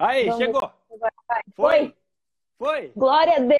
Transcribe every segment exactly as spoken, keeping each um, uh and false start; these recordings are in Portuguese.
Aí, Vamos ver chegou. se agora vai. Foi? Foi? Glória a Deus!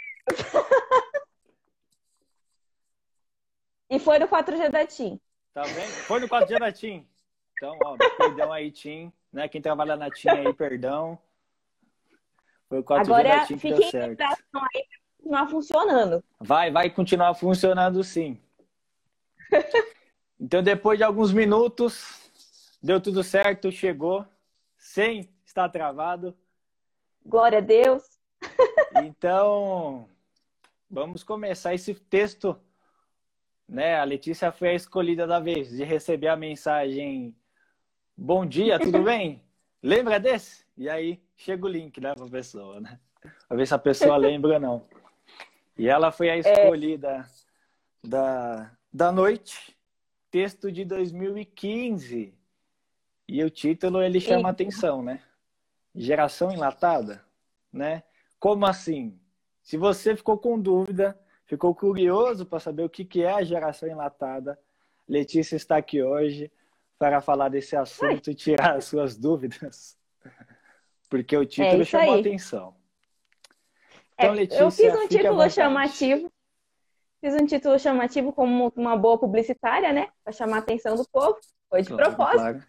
E foi no quatro G da TIM. Tá vendo? Foi no quatro G da TIM. Então, ó, perdão aí, TIM. Né? Quem trabalha na TIM aí, perdão. Foi o quatro G da Agora TIM que deu fiquem em certo. ligação aí para continuar funcionando. Vai, vai continuar funcionando sim. Então, depois de alguns minutos, deu tudo certo, chegou, sem estar travado. Glória a Deus. Então, vamos começar esse texto, né? A Letícia foi a escolhida da vez de receber a mensagem: bom dia, tudo bem? Lembra desse? E aí chega o link, né, para a pessoa, né? Para ver se a pessoa lembra ou não. E ela foi a escolhida da, da noite, texto de dois mil e quinze. E o título, ele chama E atenção, né? Geração enlatada, né? Como assim? Se você ficou com dúvida, ficou curioso para saber o que que é a geração enlatada, Letícia está aqui hoje para falar desse assunto e tirar as suas dúvidas, porque o é título isso chamou aí. atenção. Então, É, eu fiz Letícia, um fique à título vontade. chamativo. Fiz um título chamativo como uma boa publicitária, né? Para chamar a atenção do povo. Foi de Claro, propósito. claro.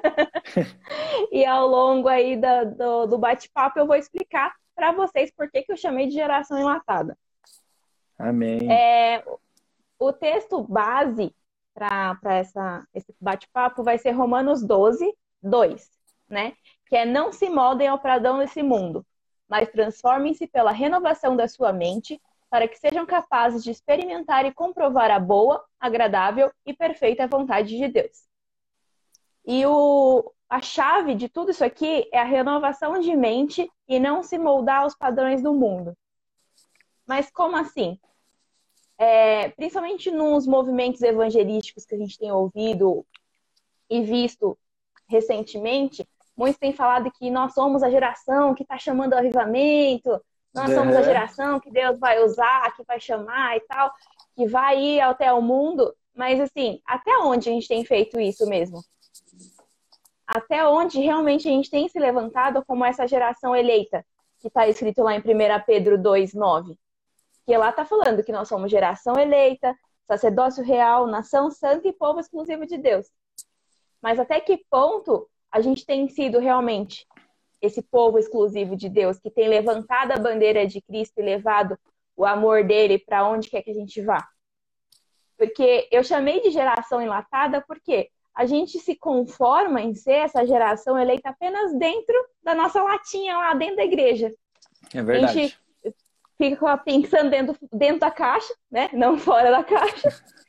E ao longo aí da- do, do bate-papo eu vou explicar para vocês por que que eu chamei de geração enlatada. Amém. É, o texto base para esse bate-papo vai ser Romanos doze, dois, né? Que é: não se moldem ao padrão desse mundo, mas transformem-se pela renovação da sua mente, para que sejam capazes de experimentar e comprovar a boa, agradável e perfeita vontade de Deus. E o, a chave de tudo isso aqui é a renovação de mente e não se moldar aos padrões do mundo. Mas como assim? É, principalmente nos movimentos evangelísticos que a gente tem ouvido e visto recentemente, muitos têm falado que nós somos a geração que está chamando o avivamento, nós somos a Uhum. geração que Deus vai usar, que vai chamar e tal, que vai ir até o mundo. Mas assim, até onde a gente tem feito isso mesmo? Até onde realmente a gente tem se levantado como essa geração eleita, que está escrito lá em primeira Pedro dois, nove. Que lá está falando que nós somos geração eleita, sacerdócio real, nação santa e povo exclusivo de Deus. Mas até que ponto a gente tem sido realmente esse povo exclusivo de Deus, que tem levantado a bandeira de Cristo e levado o amor dele para onde quer que a gente vá? Porque eu chamei de geração enlatada porque a gente se conforma em ser essa geração eleita apenas dentro da nossa latinha, lá dentro da igreja. É A verdade. gente fica pensando dentro, dentro da caixa, né? Não fora da caixa.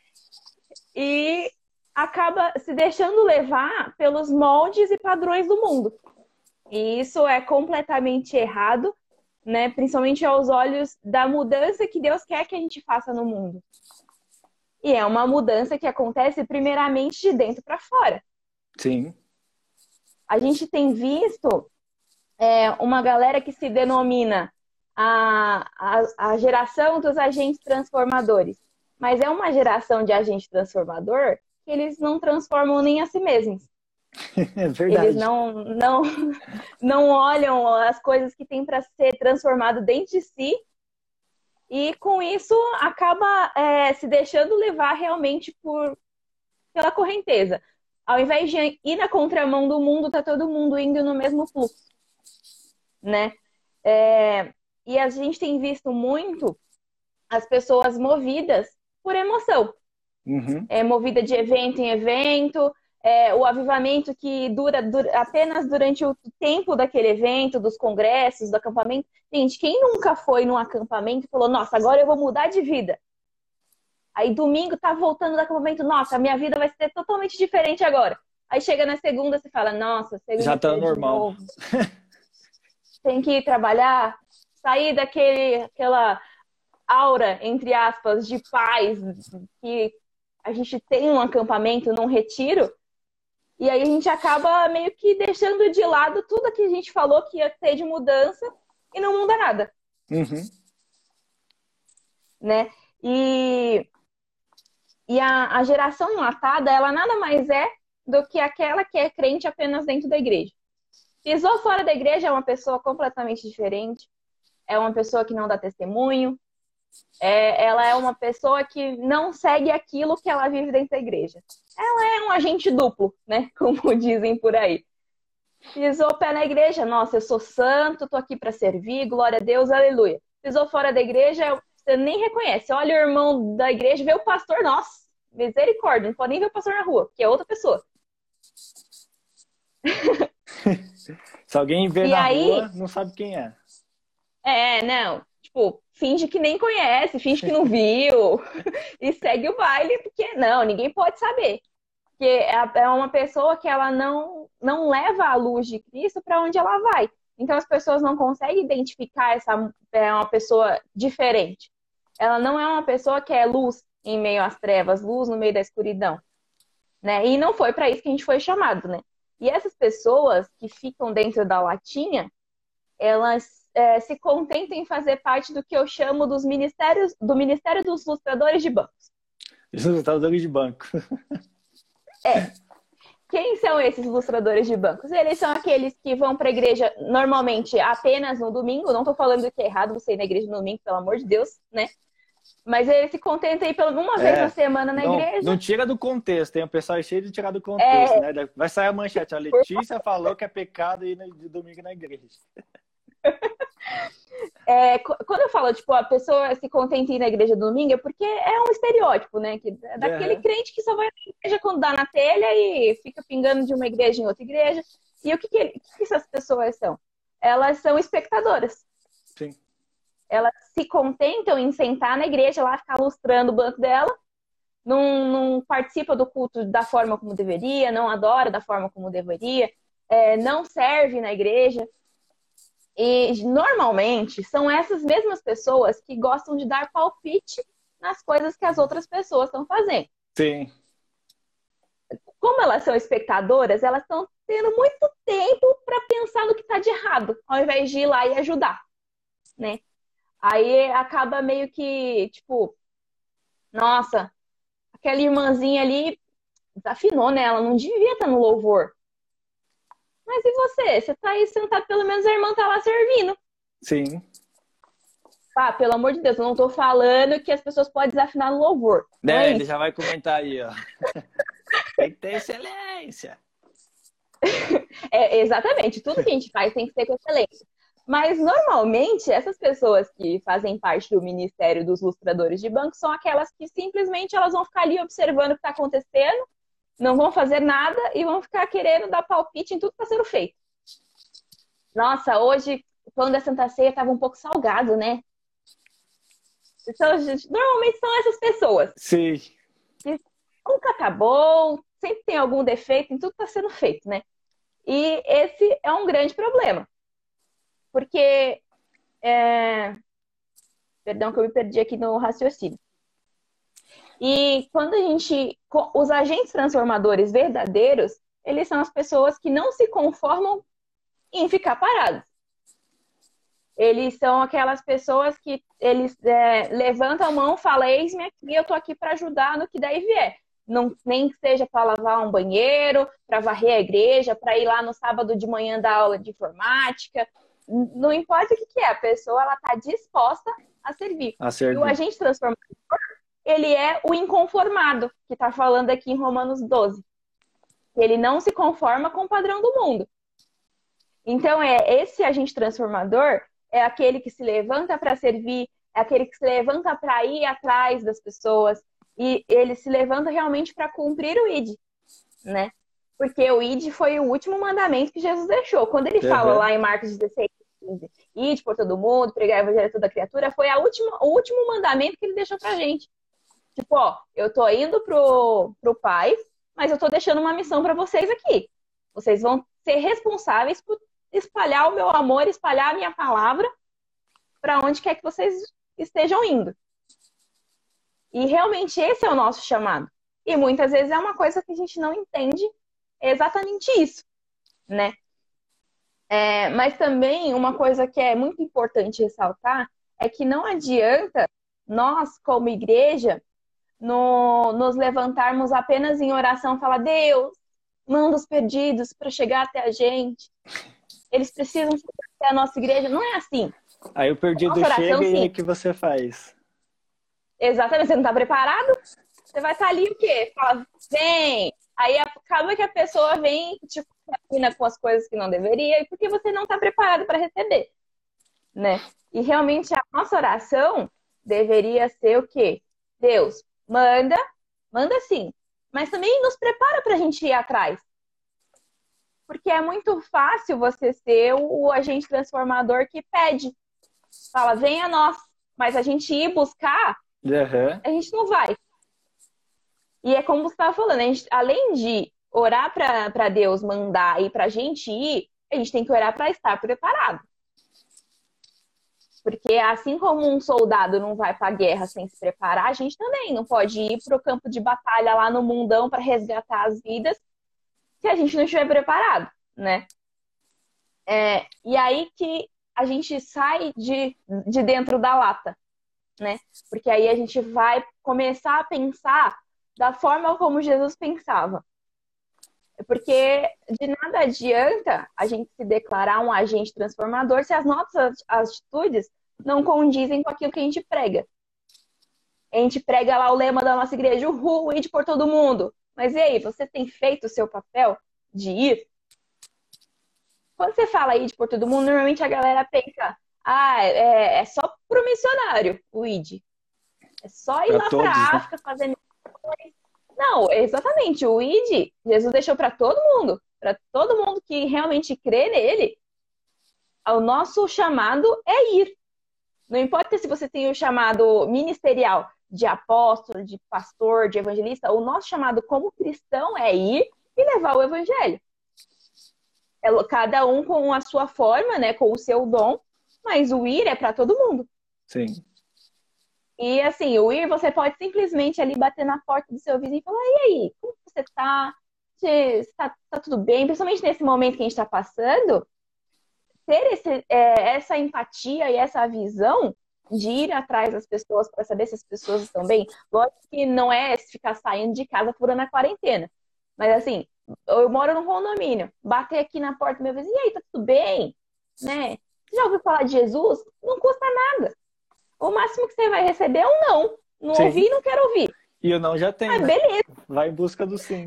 E acaba se deixando levar pelos moldes e padrões do mundo. E isso é completamente errado, né? Principalmente aos olhos da mudança que Deus quer que a gente faça no mundo. E é uma mudança que acontece primeiramente de dentro para fora. Sim. A gente tem visto é, uma galera que se denomina a, a, a geração dos agentes transformadores. Mas é uma geração de agente transformador que eles não transformam nem a si mesmos. É verdade. Eles não, não, não olham as coisas que tem para ser transformado dentro de si e com isso acaba é, se deixando levar realmente por, pela correnteza. Ao invés de ir na contramão do mundo, tá todo mundo indo no mesmo fluxo, né? É, e a gente tem visto muito as pessoas movidas por emoção. Uhum. É movida de evento em evento, é, o avivamento que dura, dura apenas durante o tempo daquele evento, dos congressos, do acampamento. Gente, quem nunca foi num acampamento e falou: nossa, agora eu vou mudar de vida? Aí domingo tá voltando do acampamento: nossa, a minha vida vai ser totalmente diferente agora. Aí chega na segunda, você fala: nossa, Já tá segunda-feira de normal. novo. Tem que ir trabalhar, sair daquele, aquela aura, entre aspas, de paz que a gente tem um acampamento, num retiro, e aí a gente acaba meio que deixando de lado tudo que a gente falou que ia ter de mudança e não muda nada. Uhum. Né? E, e a, a geração enlatada, ela nada mais é do que aquela que é crente apenas dentro da igreja. Pisou fora da igreja é uma pessoa completamente diferente, é uma pessoa que não dá testemunho, é, ela é uma pessoa que não segue aquilo que ela vive dentro da igreja. Ela é um agente duplo, né? Como dizem por aí. Pisou o pé na igreja, nossa, eu sou santo, tô aqui para servir, glória a Deus, aleluia. Pisou fora da igreja, você nem reconhece. Olha o irmão da igreja, vê o pastor, nossa, misericórdia, não pode nem ver o pastor na rua, porque é outra pessoa. Se alguém vê E na aí, rua, não sabe quem é. É, não, tipo, finge que nem conhece, finge que não viu e segue o baile, porque não, ninguém pode saber. Porque é é uma pessoa que ela não, não leva a luz de Cristo para onde ela vai. Então as pessoas não conseguem identificar essa é uma pessoa diferente. Ela não é uma pessoa que é luz em meio às trevas, luz no meio da escuridão, né? E não foi para isso que a gente foi chamado, né? E essas pessoas que ficam dentro da latinha, elas é, se contentam em fazer parte do que eu chamo dos ministérios, do Ministério dos Lustradores de Bancos. Ilustradores de banco. Quem são esses ilustradores de bancos? Eles são aqueles que vão para a igreja normalmente apenas no domingo. Não estou falando que é errado você ir na igreja no domingo, pelo amor de Deus, né? Mas eles se contentam aí pela uma vez É, na semana na não, igreja. não tira do contexto, tem um pessoal cheio de tirar do contexto, É, né? Vai sair a manchete, a Letícia falou que é pecado ir de domingo na igreja. é, qu- quando eu falo, tipo, a pessoa se contenta em ir na igreja no domingo, é porque é um estereótipo, né? Que é daquele Aham. crente que só vai na igreja quando dá na telha e fica pingando de uma igreja em outra igreja. E o que, que, ele- o que que essas pessoas são? Elas são espectadoras. Sim. Elas se contentam em sentar na igreja lá, ficar lustrando o banco dela, não, não participa do culto da forma como deveria, não adora da forma como deveria, é, não serve na igreja. E normalmente são essas mesmas pessoas que gostam de dar palpite nas coisas que as outras pessoas estão fazendo. Sim. Como elas são espectadoras, elas estão tendo muito tempo para pensar no que está de errado, ao invés de ir lá e ajudar, né? Aí acaba meio que, tipo, nossa, aquela irmãzinha ali desafinou, né? Ela não devia estar no louvor. Mas e você? Você tá aí sentado, pelo menos a irmã tá lá servindo. Sim. Ah, pelo amor de Deus, eu não tô falando que as pessoas podem desafinar no louvor. Não é Né, ele isso. já vai comentar aí, ó. Tem que ter excelência. É, exatamente, tudo que a gente faz tem que ser com excelência. Mas, normalmente, essas pessoas que fazem parte do Ministério dos Lustradores de Banco são aquelas que simplesmente elas vão ficar ali observando o que está acontecendo, não vão fazer nada e vão ficar querendo dar palpite em tudo que está sendo feito. Nossa, hoje o pão da Santa Ceia estava um pouco salgado, né? Então, gente, normalmente são essas pessoas. Sim. Que nunca tá bom, sempre tem algum defeito em tudo que está sendo feito, né? E esse é um grande problema. Porque, é... perdão que eu me perdi aqui no raciocínio. E quando a gente, os agentes transformadores verdadeiros, eles são as pessoas que não se conformam em ficar parados. Eles são aquelas pessoas que eles é, levantam a mão, falam, eis-me aqui, eu tô aqui para ajudar no que daí vier. Não, nem que seja para lavar um banheiro, para varrer a igreja, para ir lá no sábado de manhã dar aula de informática. Não importa o que, que é, a pessoa ela está disposta a servir. A servir. E o agente transformador, ele é o inconformado, que está falando aqui em Romanos doze. Ele não se conforma com o padrão do mundo. Então, é esse agente transformador é aquele que se levanta para servir, é aquele que se levanta para ir atrás das pessoas, e ele se levanta realmente para cumprir o I D, né? Porque o I D foi o último mandamento que Jesus deixou. Quando ele uhum. fala lá em Marcos dezesseis, quinze, ide por todo mundo, pregar o evangelho a toda criatura, foi a última, o último mandamento que ele deixou pra gente. Tipo, ó, eu tô indo pro, pro Pai, mas eu tô deixando uma missão para vocês aqui. Vocês vão ser responsáveis por espalhar o meu amor, espalhar a minha palavra para onde quer que vocês estejam indo. E realmente esse é o nosso chamado. E muitas vezes é uma coisa que a gente não entende exatamente isso, né? É, mas também uma coisa que é muito importante ressaltar é que não adianta nós, como igreja, no, nos levantarmos apenas em oração e falar, Deus, manda os pedidos para chegar até a gente. eles precisam ser a nossa igreja. Não é assim. Aí o perdido Nossa oração, chega e aí sim. o que você faz? Exatamente, você não está preparado? Você vai estar ali o quê? Fala, vem! Aí acaba que a pessoa vem, tipo, termina com as coisas que não deveria, e porque você não está preparado para receber, né? E realmente a nossa oração deveria ser o quê? Deus, manda, manda sim, mas também nos prepara para a gente ir atrás. Porque é muito fácil você ser o agente transformador que pede. Fala, vem a nós. Mas a gente ir buscar, Uhum. a gente não vai. E é como você estava falando, a gente, além de orar para Deus mandar e para a gente ir, a gente tem que orar para estar preparado. Porque assim como um soldado não vai para a guerra sem se preparar, a gente também não pode ir para o campo de batalha lá no mundão para resgatar as vidas se a gente não estiver preparado, né? É, e aí que a gente sai de, de dentro da lata, né? Porque aí a gente vai começar a pensar da forma como Jesus pensava. Porque de nada adianta a gente se declarar um agente transformador se as nossas atitudes não condizem com aquilo que a gente prega. A gente prega lá o lema da nossa igreja, uhul, ide por todo mundo. Mas e aí, você tem feito o seu papel de ir? Quando você fala ide por todo mundo, normalmente a galera pensa, ah, é, é só pro missionário o ide. É só ir Para lá pra todos, né? África fazer missões. Não, exatamente. O ide, Jesus deixou para todo mundo. Para todo mundo que realmente crê nele, o nosso chamado é ir. Não importa se você tem o chamado ministerial de apóstolo, de pastor, de evangelista, o nosso chamado como cristão é ir e levar o evangelho. É cada um com a sua forma, né, com o seu dom, mas o ir é para todo mundo. Sim. E assim, o ir, você pode simplesmente ali bater na porta do seu vizinho e falar, e aí, como você tá? Você, tá, tá tudo bem? Principalmente nesse momento que a gente está passando, ter esse, é, essa empatia e essa visão de ir atrás das pessoas para saber se as pessoas estão bem. Lógico que não é ficar saindo de casa furando a quarentena. Mas assim, eu moro num condomínio, bater aqui na porta do meu vizinho, e aí, tá tudo bem? Né? Você já ouviu falar de Jesus? Não custa nada. O máximo que você vai receber é um não. Não Sim. ouvi, não quero ouvir. E o não já tem, Ah, né? beleza. Vai em busca do sim.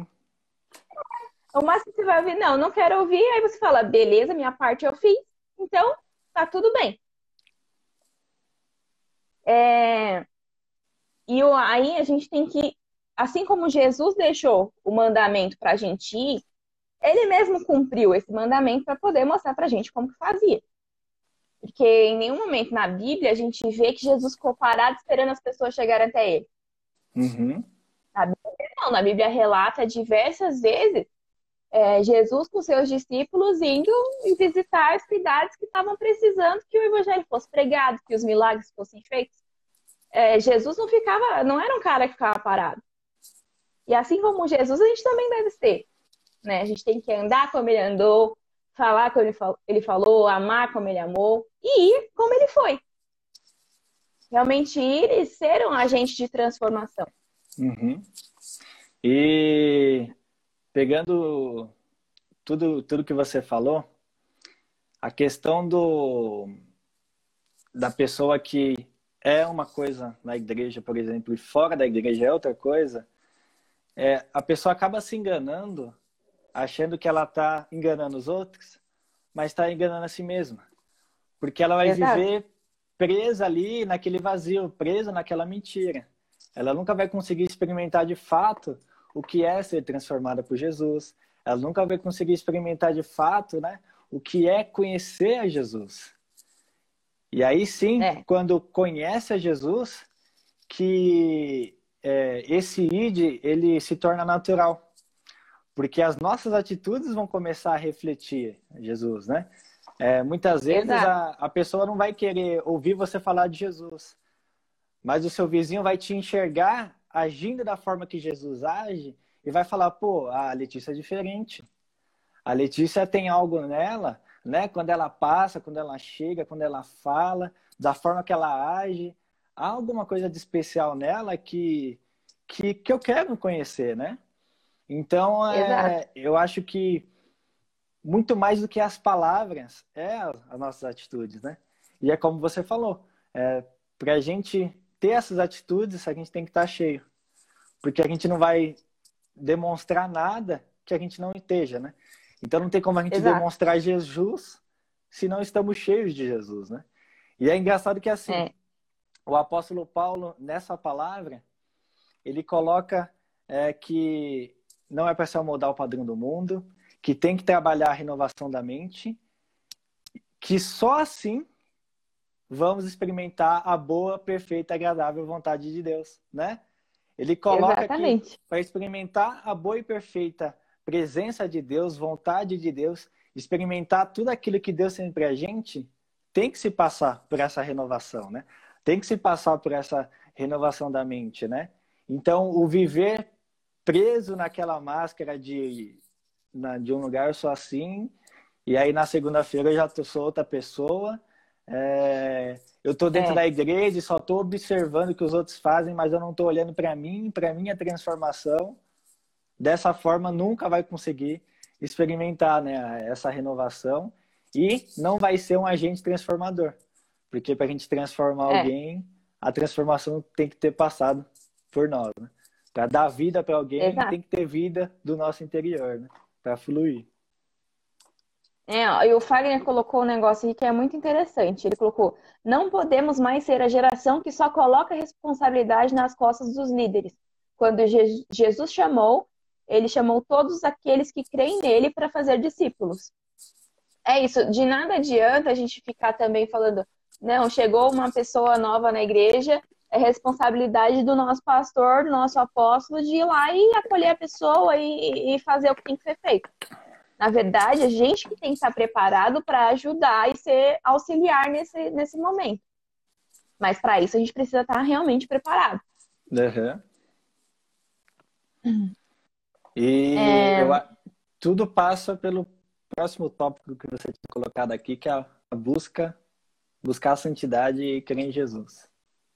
O máximo que você vai ouvir, não, não quero ouvir. Aí você fala, beleza, minha parte eu fiz. Então, tá tudo bem. É... E aí a gente tem que, assim como Jesus deixou o mandamento pra gente ir, ele mesmo cumpriu esse mandamento para poder mostrar pra gente como que fazia. Porque em nenhum momento na Bíblia a gente vê que Jesus ficou parado esperando as pessoas chegarem até ele. Uhum. Na Bíblia, não. Na Bíblia relata diversas vezes é, Jesus com seus discípulos indo e visitar as cidades que estavam precisando que o evangelho fosse pregado, que os milagres fossem feitos. É, Jesus não ficava, não era um cara que ficava parado. E assim como Jesus, a gente também deve ser. Né? A gente tem que andar como ele andou, falar como ele falou, amar como ele amou e ir como ele foi. Realmente ir e ser um agente de transformação. Uhum. E pegando tudo, tudo que você falou, a questão do, da pessoa que é uma coisa na igreja, por exemplo, e fora da igreja é outra coisa, é, a pessoa acaba se enganando, achando que ela está enganando os outros, mas está enganando a si mesma. Porque ela vai Exato. viver presa ali naquele vazio, presa naquela mentira. Ela nunca vai conseguir experimentar de fato o que é ser transformada por Jesus. Ela nunca vai conseguir experimentar de fato, né, o que é conhecer a Jesus. E aí sim, É. quando conhece a Jesus, que é, esse id ele se torna natural. Porque as nossas atitudes vão começar a refletir Jesus, né? É, muitas vezes Exato. a, a pessoa não vai querer ouvir você falar de Jesus, mas o seu vizinho vai te enxergar agindo da forma que Jesus age e vai falar, pô, a Letícia é diferente. A Letícia tem algo nela, né? Quando ela passa, quando ela chega, quando ela fala, da forma que ela age, há alguma coisa de especial nela que, que, que eu quero conhecer, né? Então, Exato. é, eu acho que muito mais do que as palavras, é as nossas atitudes, né? E é como você falou, é, para a gente ter essas atitudes, a gente tem que estar cheio. Porque a gente não vai demonstrar nada que a gente não esteja, né? Então não tem como a gente Exato. demonstrar Jesus se não estamos cheios de Jesus, né? E é engraçado que assim, É. o apóstolo Paulo, nessa palavra, ele coloca é, que não é para se amoldar ao padrão do mundo, que tem que trabalhar a renovação da mente, que só assim vamos experimentar a boa, perfeita, agradável vontade de Deus, né? Ele coloca Exatamente. que para experimentar a boa e perfeita presença de Deus, vontade de Deus, experimentar tudo aquilo que Deus tem para a gente, tem que se passar por essa renovação, né? Tem que se passar por essa renovação da mente, né? Então, o viver preso naquela máscara de, na, de um lugar eu sou assim, e aí na segunda-feira eu já tô, sou outra pessoa, é, eu tô dentro É. da igreja e só tô observando o que os outros fazem, mas eu não tô olhando para mim, para minha transformação. Dessa forma, nunca vai conseguir experimentar, né, essa renovação e não vai ser um agente transformador. Porque para a gente transformar É. alguém, a transformação tem que ter passado por nós, né? Para dar vida para alguém, Exato. tem que ter vida do nosso interior, né? Para fluir. É, ó, e o Fagner colocou um negócio aqui que é muito interessante. Ele colocou: não podemos mais ser a geração que só coloca a responsabilidade nas costas dos líderes. Quando Je- Jesus chamou, ele chamou todos aqueles que creem nele para fazer discípulos. É isso, de nada adianta a gente ficar também falando, não, chegou uma pessoa nova na igreja, é responsabilidade do nosso pastor, do nosso apóstolo, de ir lá e acolher a pessoa e, e fazer o que tem que ser feito. Na verdade, a gente que tem que estar preparado para ajudar e ser auxiliar nesse, nesse momento. Mas para isso a gente precisa estar realmente preparado. Uhum. E É, eu, a- tudo passa pelo próximo tópico que você tinha colocado aqui, que é a a busca, buscar a santidade e crer em Jesus.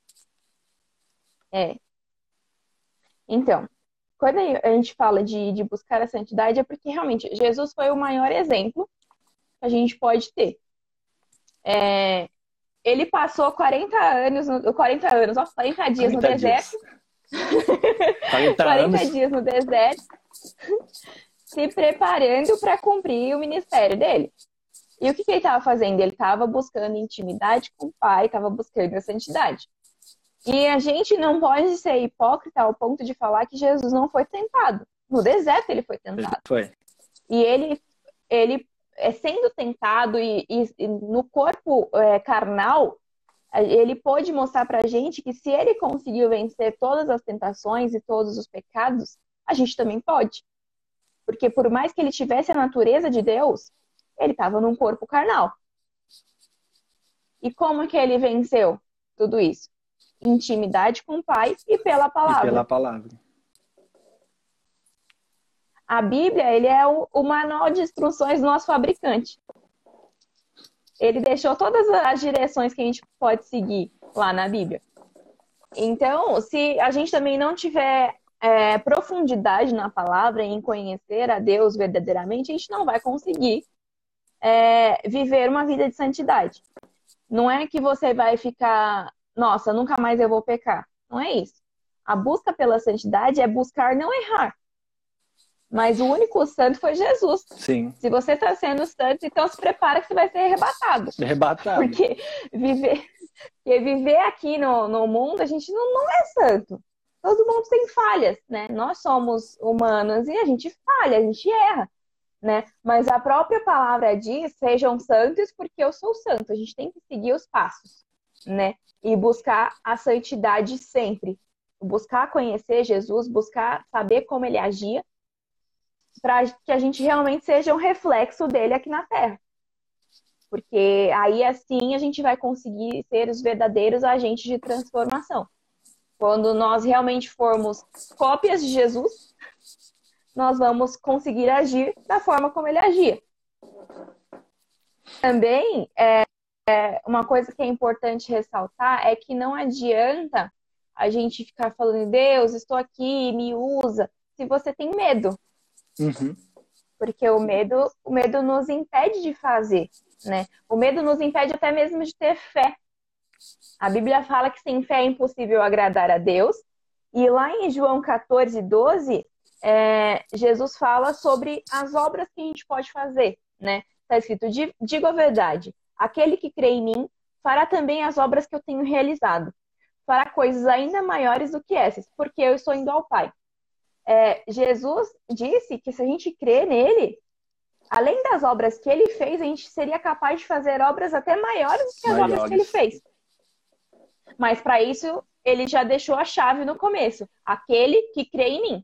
é. Então, quando a gente fala de, de buscar a santidade, é porque realmente Jesus foi o maior exemplo que a gente pode ter. É, ele passou quarenta anos, no, quarenta anos, ó, quarenta dias no quarenta dias. deserto, quarenta quarenta anos. dias no deserto, se preparando para cumprir o ministério dele. E o que, que ele estava fazendo? Ele estava buscando intimidade com o Pai, estava buscando a santidade. E a gente não pode ser hipócrita ao ponto de falar que Jesus não foi tentado. No deserto ele foi Ele tentado. foi. E ele, ele é, sendo tentado e, e- e no corpo é, carnal, ele pôde mostrar pra gente que se ele conseguiu vencer todas as tentações e todos os pecados, a gente também pode. Porque por mais que ele tivesse a natureza de Deus, ele estava num corpo carnal. E como que ele venceu tudo isso? Intimidade com o Pai e pela E pela palavra. palavra. A Bíblia, ele é o, o manual de instruções do nosso fabricante. Ele deixou todas as direções que a gente pode seguir lá na Bíblia. Então, se a gente também não tiver é, profundidade na palavra, em conhecer a Deus verdadeiramente, a gente não vai conseguir é, viver uma vida de santidade. Não é que você vai ficar, nossa, nunca mais eu vou pecar. Não é isso. A busca pela santidade é buscar não errar. Mas o único santo foi Jesus. Sim. Se você está sendo santo, então se prepara que você vai ser arrebatado. Arrebatado. Porque viver, porque viver aqui no, no mundo, a gente não, não é santo. Todo mundo tem falhas, né? Nós somos humanos e a gente falha, a gente erra, né? Mas a própria palavra diz, sejam santos porque eu sou santo. A gente tem que seguir os passos, né? E buscar a santidade sempre. Buscar conhecer Jesus, buscar saber como ele agia, para que a gente realmente seja um reflexo dele aqui na Terra. Porque aí, assim, a gente vai conseguir ser os verdadeiros agentes de transformação. Quando nós realmente formos cópias de Jesus, nós vamos conseguir agir da forma como ele agia. Também, é, uma coisa que é importante ressaltar é que não adianta a gente ficar falando, Deus, estou aqui, me usa, se você tem medo. Uhum. Porque o medo, o medo nos impede de fazer, né? O medo nos impede até mesmo de ter fé. A Bíblia fala que sem fé é impossível agradar a Deus. E lá em João quatorze, doze, é, Jesus fala sobre as obras que a gente pode fazer, né? Está escrito, digo a verdade, aquele que crê em mim fará também as obras que eu tenho realizado. Fará coisas ainda maiores do que essas, porque eu estou indo ao Pai. É, Jesus disse que se a gente crê nele, além das obras que ele fez, a gente seria capaz de fazer obras até maiores do que as Maiores. obras que ele fez. Mas para isso, ele já deixou a chave no começo. Aquele que crê em mim.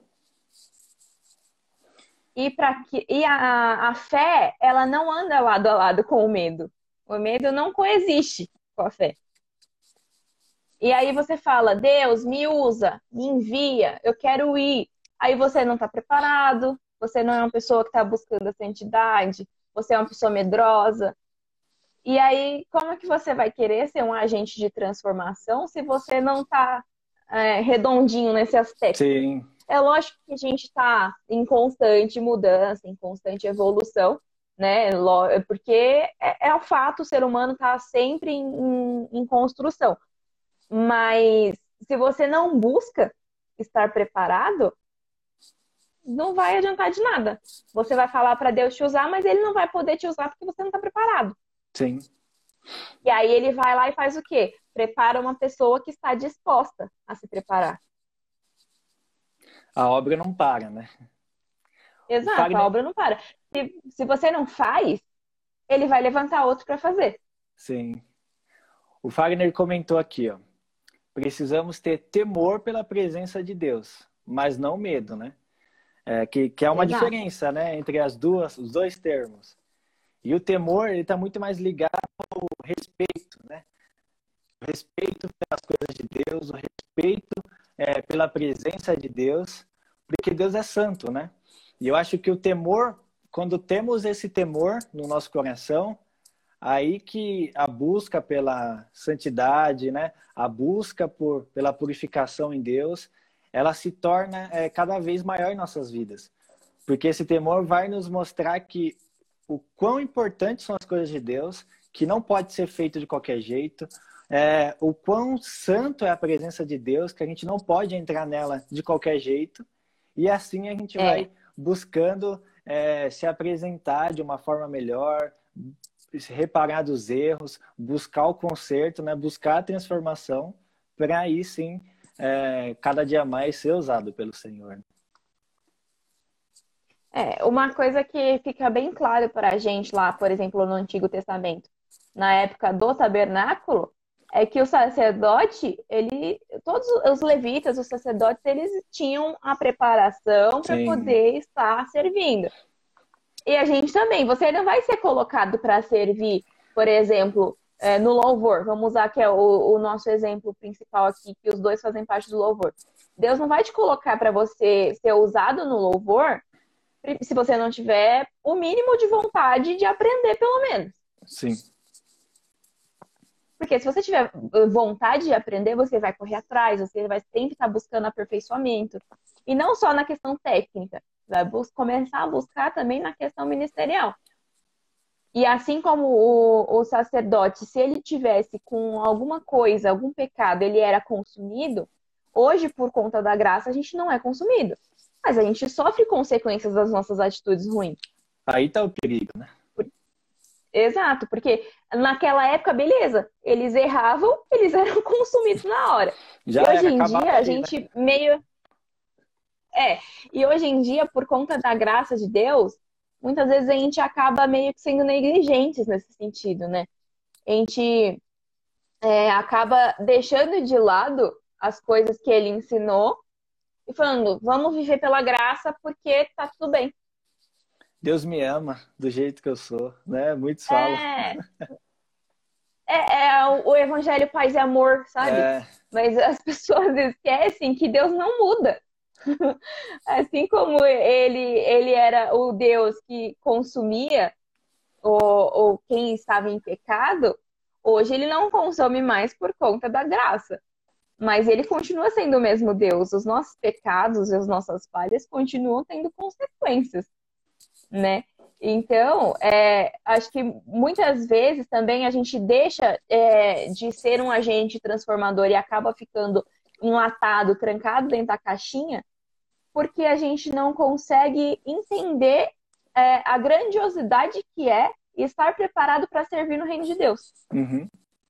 E, pra que, e a, a fé, ela não anda lado a lado com o medo. O medo não coexiste com a fé. E aí você fala, Deus, me usa, me envia, eu quero ir. Aí você não está preparado, você não é uma pessoa que está buscando a santidade, você é uma pessoa medrosa. E aí, como é que você vai querer ser um agente de transformação se você não está é, redondinho nesse aspecto? Sim. É lógico que a gente está em constante mudança, em constante evolução, né? Porque é, é o fato, o ser humano está sempre em, em, em construção. Mas se você não busca estar preparado, não vai adiantar de nada. Você vai falar para Deus te usar, mas ele não vai poder te usar porque você não está preparado. Sim. E aí ele vai lá e faz o quê? Prepara uma pessoa que está disposta a se preparar. A obra não para, né? Exato, Fagner... a obra não para. Se, se você não faz, ele vai levantar outro para fazer. Sim. O Fagner comentou aqui, ó. Precisamos ter temor pela presença de Deus, mas não medo, né? É, que, que é uma Exato. diferença, né, entre as duas, os dois termos. E o temor, ele está muito mais ligado ao respeito, né? O respeito pelas coisas de Deus, o respeito é, pela presença de Deus, porque Deus é santo, né? E eu acho que o temor, quando temos esse temor no nosso coração, aí que a busca pela santidade, né? A busca por, pela purificação em Deus, ela se torna é, cada vez maior em nossas vidas. Porque esse temor vai nos mostrar que o quão importantes são as coisas de Deus, que não pode ser feito de qualquer jeito, é, o quão santo é a presença de Deus, que a gente não pode entrar nela de qualquer jeito, e assim a gente É. vai buscando é, se apresentar de uma forma melhor, reparar dos erros, buscar o conserto, né? Buscar a transformação, para aí sim, é, cada dia mais ser usado pelo Senhor. É, uma coisa que fica bem claro para a gente lá, por exemplo, no Antigo Testamento, na época do tabernáculo, é que o sacerdote, ele, todos os levitas, os sacerdotes, eles tinham a preparação para poder estar servindo. E a gente também, você não vai ser colocado para servir, por exemplo, é, no louvor. Vamos usar que é o, o nosso exemplo principal aqui, que os dois fazem parte do louvor. Deus não vai te colocar para você ser usado no louvor se você não tiver o mínimo de vontade de aprender, pelo menos. Sim. Porque se você tiver vontade de aprender, você vai correr atrás, você vai sempre estar buscando aperfeiçoamento. E não só na questão técnica, vai começar a buscar também na questão ministerial. E assim como o, o sacerdote, se ele tivesse com alguma coisa, algum pecado, ele era consumido, hoje, por conta da graça, a gente não é consumido. Mas a gente sofre consequências das nossas atitudes ruins. Aí tá o perigo, né? Exato, porque naquela época, beleza, eles erravam, eles eram consumidos na hora. Já e hoje era, em dia, a aí, gente né? meio... É, e hoje em dia, por conta da graça de Deus, muitas vezes a gente acaba meio que sendo negligentes nesse sentido, né? A gente é, acaba deixando de lado as coisas que ele ensinou e falando, vamos viver pela graça porque tá tudo bem. Deus me ama do jeito que eu sou, né? Muitos falam. É, é, é o evangelho paz e amor, sabe? É... Mas as pessoas esquecem que Deus não muda. Assim como ele, ele era o Deus que consumia ou, ou quem estava em pecado, hoje ele não consome mais por conta da graça. Mas ele continua sendo o mesmo Deus. Os nossos pecados e as nossas falhas continuam tendo consequências. né? Então, é, acho que muitas vezes também a gente deixa é, de ser um agente transformador e acaba ficando enlatado, trancado dentro da caixinha, porque a gente não consegue entender é, a grandiosidade que é estar preparado para servir no reino de Deus. Uhum.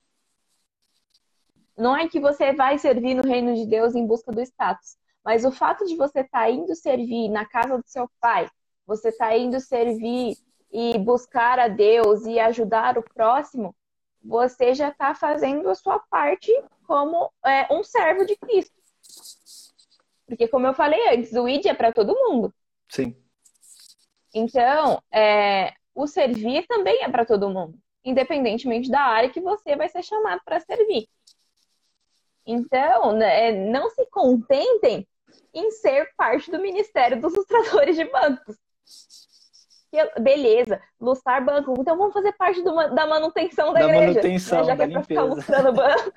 Não é que você vai servir no reino de Deus em busca do status, mas o fato de você estar indo servir na casa do seu pai, você estar indo servir e buscar a Deus e ajudar o próximo, você já está fazendo a sua parte como é, um servo de Cristo. Porque, como eu falei antes, o I D é para todo mundo. Sim. Então, é, o servir também é para todo mundo, independentemente da área que você vai ser chamado para servir. Então, né, não se contentem em ser parte do Ministério dos Lustradores de Bancos. Beleza, lustrar banco. Então vamos fazer parte do, da manutenção da, da igreja. Manutenção, né? Já da que é pra ficar limpeza. lustrando banco.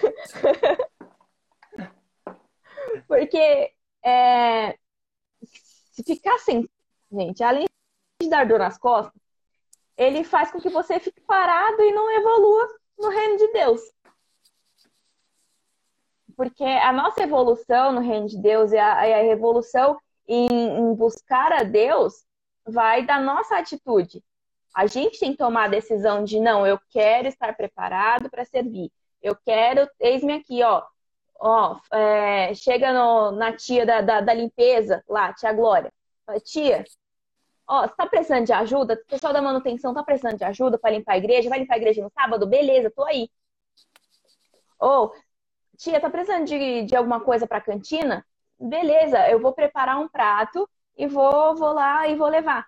Porque é, se ficar sem, gente, além de dar dor nas costas, ele faz com que você fique parado e não evolua no reino de Deus. Porque a nossa evolução no reino de Deus e a, a evolução em, em buscar a Deus vai da nossa atitude. A gente tem que tomar a decisão de, não, eu quero estar preparado para servir. Eu quero, eis-me aqui, ó. ó é, chega no, na tia da, da, da limpeza, lá, tia Glória. Fala, tia, ó, você tá precisando de ajuda? O pessoal da manutenção tá precisando de ajuda para limpar a igreja? Vai limpar a igreja no sábado? Beleza, tô aí. Ou, tia, tá precisando de, de alguma coisa para a cantina? Beleza, eu vou preparar um prato e vou, vou lá e vou levar.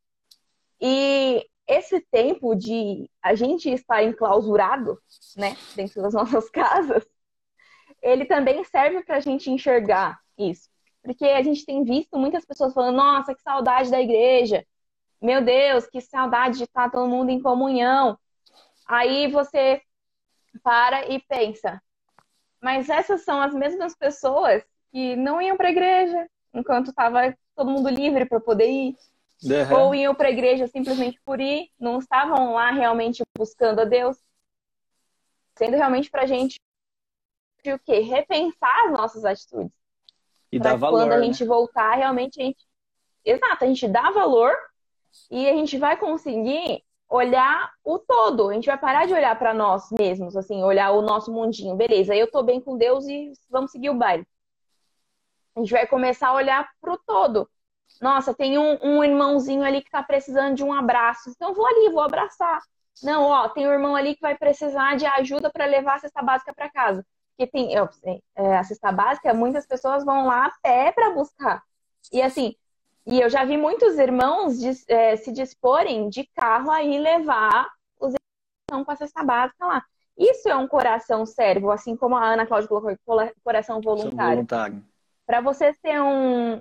E esse tempo de a gente estar enclausurado, né, dentro das nossas casas, ele também serve para a gente enxergar isso. Porque a gente tem visto muitas pessoas falando, nossa, que saudade da igreja. Meu Deus, que saudade de estar todo mundo em comunhão. Aí você para e pensa, mas essas são as mesmas pessoas que não iam para a igreja enquanto estava todo mundo livre para poder ir. Uhum. Ou iam para a igreja simplesmente por ir, não estavam lá realmente buscando a Deus. Sendo realmente para a gente o quê? Repensar as nossas atitudes. E dar valor, quando a gente né? voltar, realmente a gente... Exato, a gente dá valor e a gente vai conseguir olhar o todo. A gente vai parar de olhar para nós mesmos, assim, olhar o nosso mundinho. Beleza, eu tô bem com Deus e vamos seguir o baile. A gente vai começar a olhar pro todo. Nossa, tem um, um irmãozinho ali que tá precisando de um abraço. Então vou ali, vou abraçar. Não, ó, tem um irmão ali que vai precisar de ajuda para levar a cesta básica para casa. Porque tem eu, é, a cesta básica, muitas pessoas vão lá a pé para buscar. E assim, e eu já vi muitos irmãos de, é, se disporem de carro aí levar os irmãos com a cesta básica lá. Isso é um coração servo, assim como a Ana Cláudia colocou, coração voluntário. voluntário. Para você ter um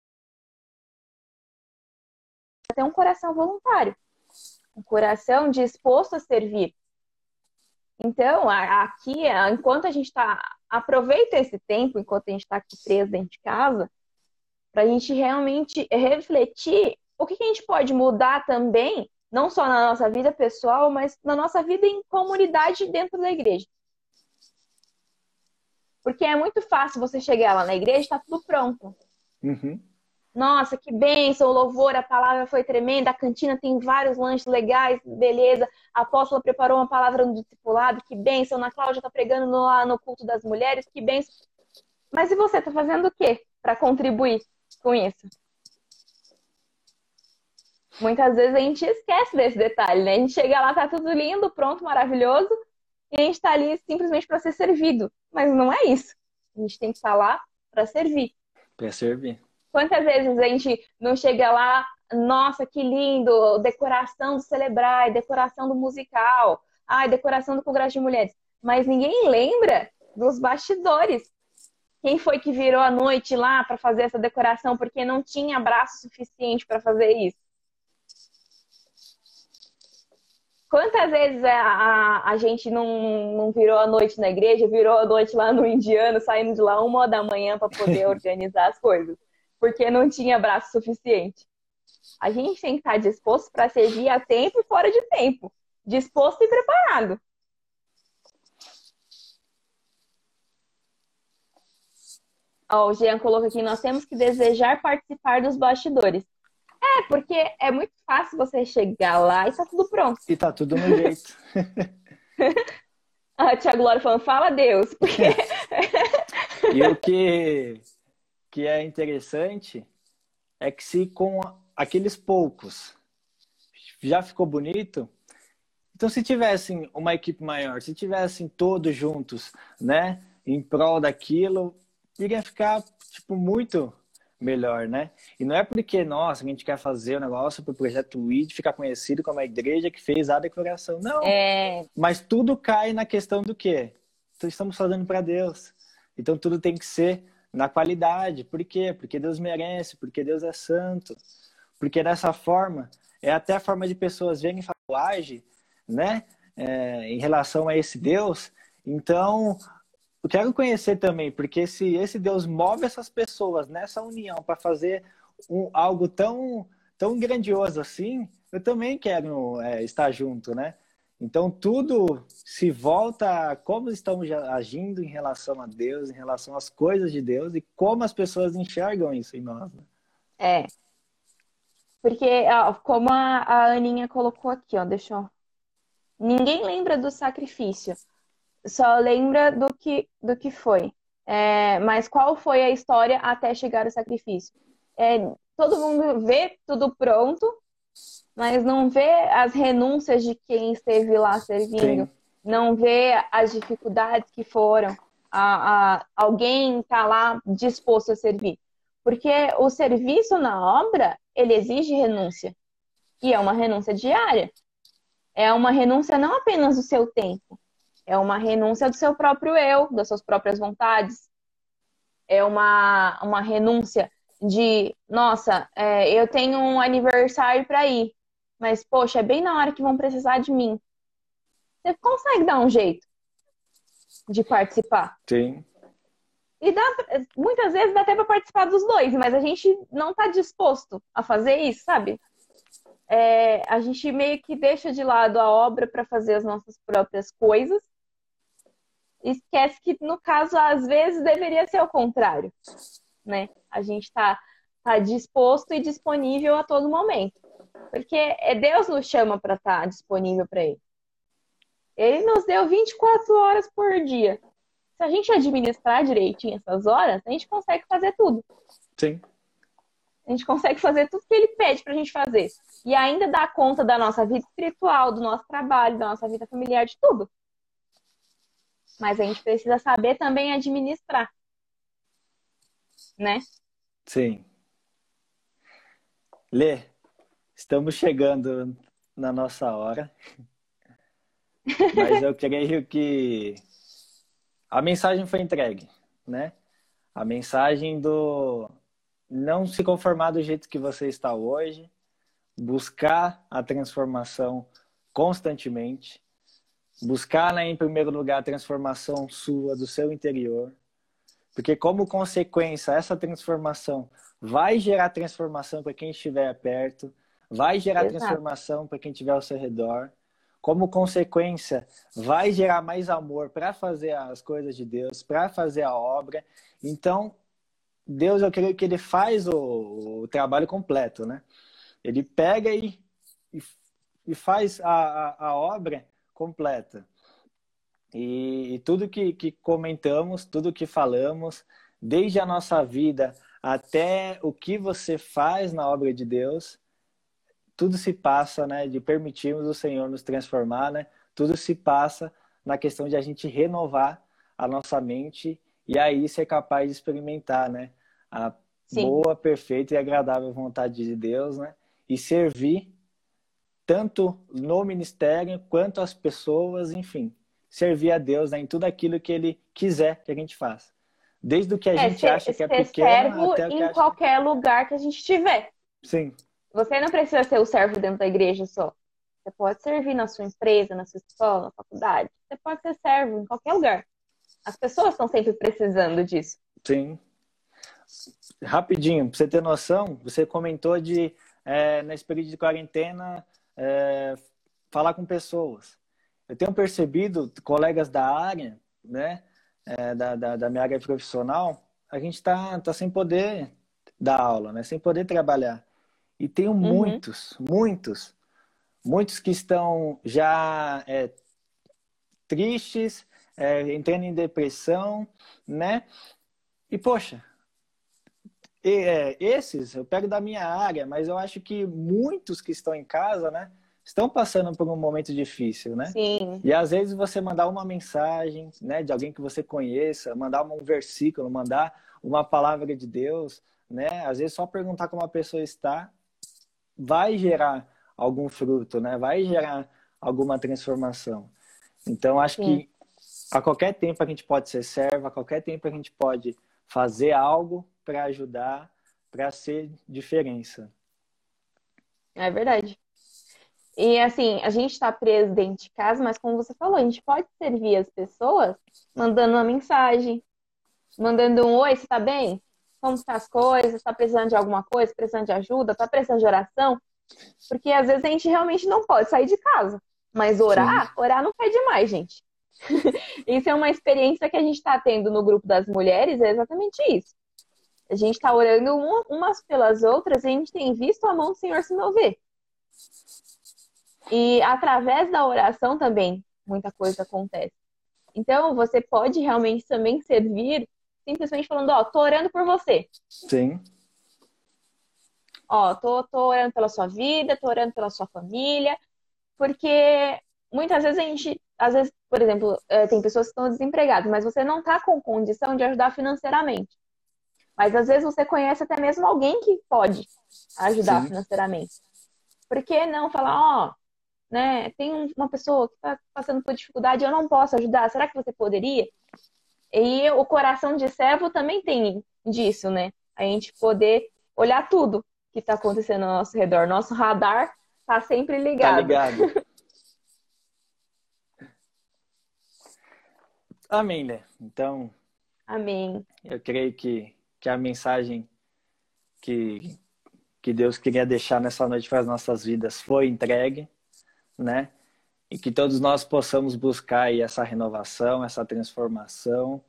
ter um coração voluntário, um coração disposto a servir. Então, aqui, enquanto a gente está... Aproveita esse tempo, enquanto a gente está aqui preso dentro de casa, para a gente realmente refletir o que a gente pode mudar também, não só na nossa vida pessoal, mas na nossa vida em comunidade dentro da igreja. Porque é muito fácil você chegar lá na igreja e está tudo pronto. Uhum. Nossa, que bênção, o louvor, a palavra foi tremenda, a cantina tem vários lanches legais, beleza. A apóstola preparou uma palavra no discipulado, que bênção. Ana Cláudia está pregando no, lá no culto das mulheres, que bênção. Mas e você, está fazendo o quê para contribuir com isso? Muitas vezes a gente esquece desse detalhe, né? A gente chega lá, tá tudo lindo, pronto, maravilhoso, e a gente está ali simplesmente para ser servido. Mas não é isso. A gente tem que estar lá para servir. Para servir. Quantas vezes a gente não chega lá, nossa, que lindo, decoração do Celebrai, decoração do musical, ai, decoração do Congresso de Mulheres, mas ninguém lembra dos bastidores. Quem foi que virou a noite lá para fazer essa decoração porque não tinha braço suficiente para fazer isso? Quantas vezes a, a, a gente não, não virou a noite na igreja, virou a noite lá no indiano, saindo de lá uma hora da manhã para poder organizar as coisas? Porque não tinha braço suficiente. A gente tem que estar disposto para servir a tempo e fora de tempo. Disposto e preparado. Ó, o Jean colocou aqui, nós temos que desejar participar dos bastidores. É, porque é muito fácil você chegar lá e tá tudo pronto. E tá tudo no jeito. A tia Glória falando, fala Deus. Porque... E o que, que é interessante é que se com aqueles poucos já ficou bonito, então se tivessem uma equipe maior, se tivessem todos juntos, né, em prol daquilo, iria ficar tipo muito melhor, né? E não é porque, nossa, a gente quer fazer o negócio para o projeto I D ficar conhecido como a igreja que fez a decoração. Não. É... Mas tudo cai na questão do quê? Então, estamos fazendo para Deus. Então tudo tem que ser na qualidade. Por quê? Porque Deus merece, porque Deus é santo. Porque dessa forma, é até a forma de pessoas verem e age, né? É, em relação a esse Deus. Então, eu quero conhecer também, porque se esse Deus move essas pessoas nessa união para fazer um, algo tão, tão grandioso assim, eu também quero é, estar junto, né? Então, tudo se volta a como estamos agindo em relação a Deus, em relação às coisas de Deus e como as pessoas enxergam isso em nós. Né? É. Porque, ó, como a, a Aninha colocou aqui, ó, deixa eu... Ninguém lembra do sacrifício, só lembra do que, do que foi. É, mas qual foi a história até chegar o sacrifício? É, todo mundo vê tudo pronto, mas não vê as renúncias de quem esteve lá servindo. Sim. Não vê as dificuldades que foram. A, a, alguém está lá disposto a servir. Porque o serviço na obra, ele exige renúncia. E é uma renúncia diária. É uma renúncia não apenas do seu tempo. É uma renúncia do seu próprio eu, das suas próprias vontades. É uma, uma renúncia de, nossa, é, eu tenho um aniversário para ir, mas, poxa, é bem na hora que vão precisar de mim. Você consegue dar um jeito de participar. Sim. E dá, muitas vezes dá até para participar dos dois, mas a gente não está disposto a fazer isso, sabe? É, a gente meio que deixa de lado a obra para fazer as nossas próprias coisas. Esquece que, no caso, às vezes deveria ser o contrário, né? A gente está tá disposto e disponível a todo momento. Porque é Deus nos chama para estar tá disponível para Ele. Ele nos deu vinte e quatro horas por dia. Se a gente administrar direitinho essas horas, a gente consegue fazer tudo. Sim. A gente consegue fazer tudo que Ele pede para a gente fazer. E ainda dar conta da nossa vida espiritual, do nosso trabalho, da nossa vida familiar, de tudo. Mas a gente precisa saber também administrar. Né? Sim. Lê, estamos chegando na nossa hora. Mas eu creio que a mensagem foi entregue, né? A mensagem do não se conformar do jeito que você está hoje, buscar a transformação constantemente, buscar, né, em primeiro lugar, a transformação sua, do seu interior, porque como consequência, essa transformação vai gerar transformação para quem estiver perto, vai gerar Exato. Transformação para quem estiver ao seu redor, como consequência, vai gerar mais amor para fazer as coisas de Deus, para fazer a obra. Então, Deus, eu creio que Ele faz o, o trabalho completo, né? Ele pega e, e, e faz a, a, a obra completa. E, e tudo que, que comentamos, tudo que falamos, desde a nossa vida até o que você faz na obra de Deus, tudo se passa, né, de permitirmos o Senhor nos transformar, né? Tudo se passa na questão de a gente renovar a nossa mente e aí ser capaz de experimentar, né, a Sim. boa, perfeita e agradável vontade de Deus, né? E servir tanto no ministério quanto as pessoas, enfim, servir a Deus, né, em tudo aquilo que Ele quiser que a gente faça. Desde o que a é, gente ser, acha que é pequeno até o que em acha... qualquer lugar que a gente estiver. Sim. Você não precisa ser o servo dentro da igreja só. Você pode servir na sua empresa, na sua escola, na faculdade. Você pode ser servo em qualquer lugar. As pessoas estão sempre precisando disso. Sim. Rapidinho, pra você ter noção, você comentou de é, nesse período de quarentena, é, falar com pessoas. Eu tenho percebido, colegas da área, né, é, da, da, da minha área profissional, a gente está tá sem poder dar aula, né, sem poder trabalhar. E tenho Uhum. muitos, muitos, muitos que estão já é, tristes, é, entrando em depressão, né? E, poxa, e, é, esses eu pego da minha área, mas eu acho que muitos que estão em casa, né, estão passando por um momento difícil, né? Sim, E às vezes você mandar uma mensagem, né, de alguém que você conheça, mandar um versículo, mandar uma palavra de Deus, né? Às vezes só perguntar como a pessoa está vai gerar algum fruto, né? Vai gerar alguma transformação. Então, acho sim, que a qualquer tempo a gente pode ser servo, a qualquer tempo a gente pode fazer algo para ajudar, para ser diferença. é verdade. E assim, a gente está preso dentro de casa, mas como você falou, a gente pode servir as pessoas mandando uma mensagem, mandando um oi, você tá bem? Como estão as coisas? Tá precisando de alguma coisa? Precisando de ajuda? Tá precisando de oração? Porque às vezes a gente realmente não pode sair de casa. Mas Sim, orar, orar não faz demais, gente. Isso é uma experiência que a gente está tendo no grupo das mulheres, é exatamente isso. A gente está orando umas pelas outras e a gente tem visto a mão do Senhor se mover. E através da oração também muita coisa acontece. Então, você pode realmente também servir simplesmente falando, ó, tô orando por você. sim, Ó, tô, tô orando pela sua vida, tô orando pela sua família, porque muitas vezes a gente, às vezes, por exemplo, eh, tem pessoas que estão desempregadas, mas você não tá com condição de ajudar financeiramente. Mas às vezes você conhece até mesmo alguém que pode ajudar sim. financeiramente. Por que não falar, ó, né, tem um- uma pessoa que está passando por dificuldade, eu não posso ajudar, será que você poderia? E o coração de servo também tem disso, né? A gente poder olhar tudo que está acontecendo ao nosso redor. Nosso radar está sempre Tá ligado. ligado? Amém, né? Então, Amém. eu creio que, que a mensagem que, que Deus queria deixar nessa noite para as nossas vidas foi entregue, né? E que todos nós possamos buscar aí essa renovação, essa transformação,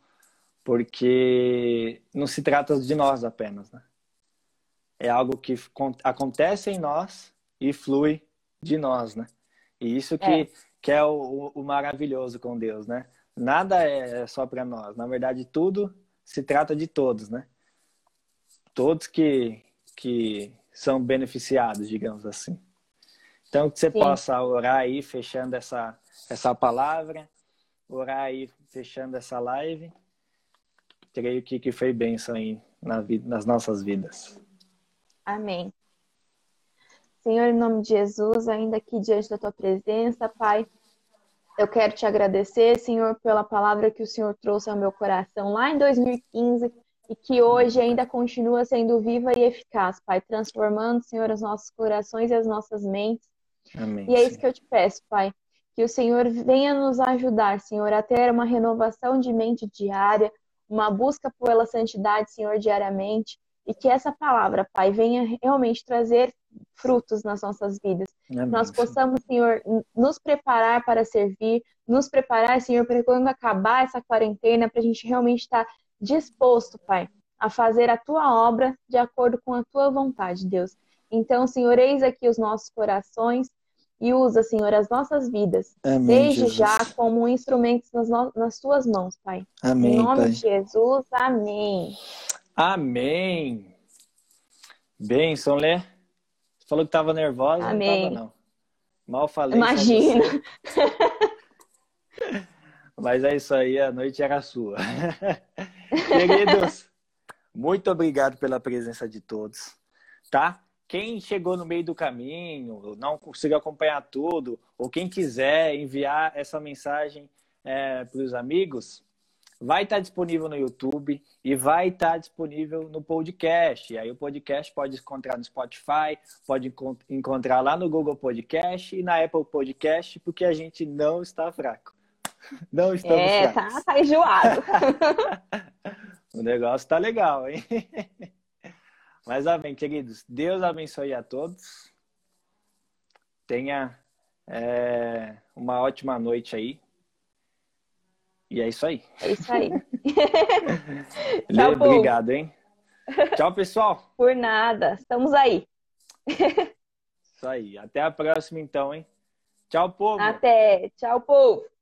porque não se trata de nós apenas, né? É algo que acontece em nós e flui de nós, né? E isso É, que, que é o, o maravilhoso com Deus, né? Nada é só para nós. Na verdade, tudo se trata de todos, né? Todos que, que são beneficiados, digamos assim. Então, que você sim. possa orar aí, fechando essa, essa palavra, orar aí, fechando essa live. Creio que, que foi bênção aí na vida, nas nossas vidas. Amém. Senhor, em nome de Jesus, ainda aqui diante da tua presença, Pai, eu quero te agradecer, Senhor, pela palavra que o Senhor trouxe ao meu coração lá em dois mil e quinze e que hoje ainda continua sendo viva e eficaz, Pai, transformando, Senhor, os nossos corações e as nossas mentes. Amém, E é isso Senhor. que eu te peço, Pai, que o Senhor venha nos ajudar, Senhor, a ter uma renovação de mente diária, uma busca pela santidade, Senhor, diariamente, e que essa palavra, Pai, venha realmente trazer frutos nas nossas vidas. Que nós Amém, Senhor. possamos, Senhor, nos preparar para servir, nos preparar, Senhor, para quando acabar essa quarentena, para a gente realmente estar disposto, Pai, a fazer a tua obra de acordo com a tua vontade, Deus. Então, Senhor, eis aqui os nossos corações e usa, Senhor, as nossas vidas, Amém, desde já Jesus. como instrumentos nas, no... nas tuas mãos, Pai. Em Amém, nome de Pai. Jesus, amém. Amém. Bênção, Lê. Você falou que estava nervosa, não estava, Amém. não. Mal falei, só Imagina. você. Mas é isso aí, a noite era sua. Queridos, muito obrigado pela presença de todos, tá? Quem chegou no meio do caminho, não conseguiu acompanhar tudo, ou quem quiser enviar essa mensagem é, para os amigos, vai estar disponível no YouTube e vai estar disponível no podcast. E aí o podcast pode encontrar no Spotify, pode encontrar lá no Google Podcast e na Apple Podcast, porque a gente não está fraco. Não estamos É, tá, fracos. tá enjoado. O negócio tá legal, hein? Mas amém, queridos. Deus abençoe a todos. Tenha é, uma ótima noite aí. E é isso aí. É isso aí. Tchau, Obrigado, povo. hein? Tchau, pessoal. Por nada. Estamos aí. Isso aí. Até a próxima, então, hein? Tchau, povo. Até. Tchau, povo.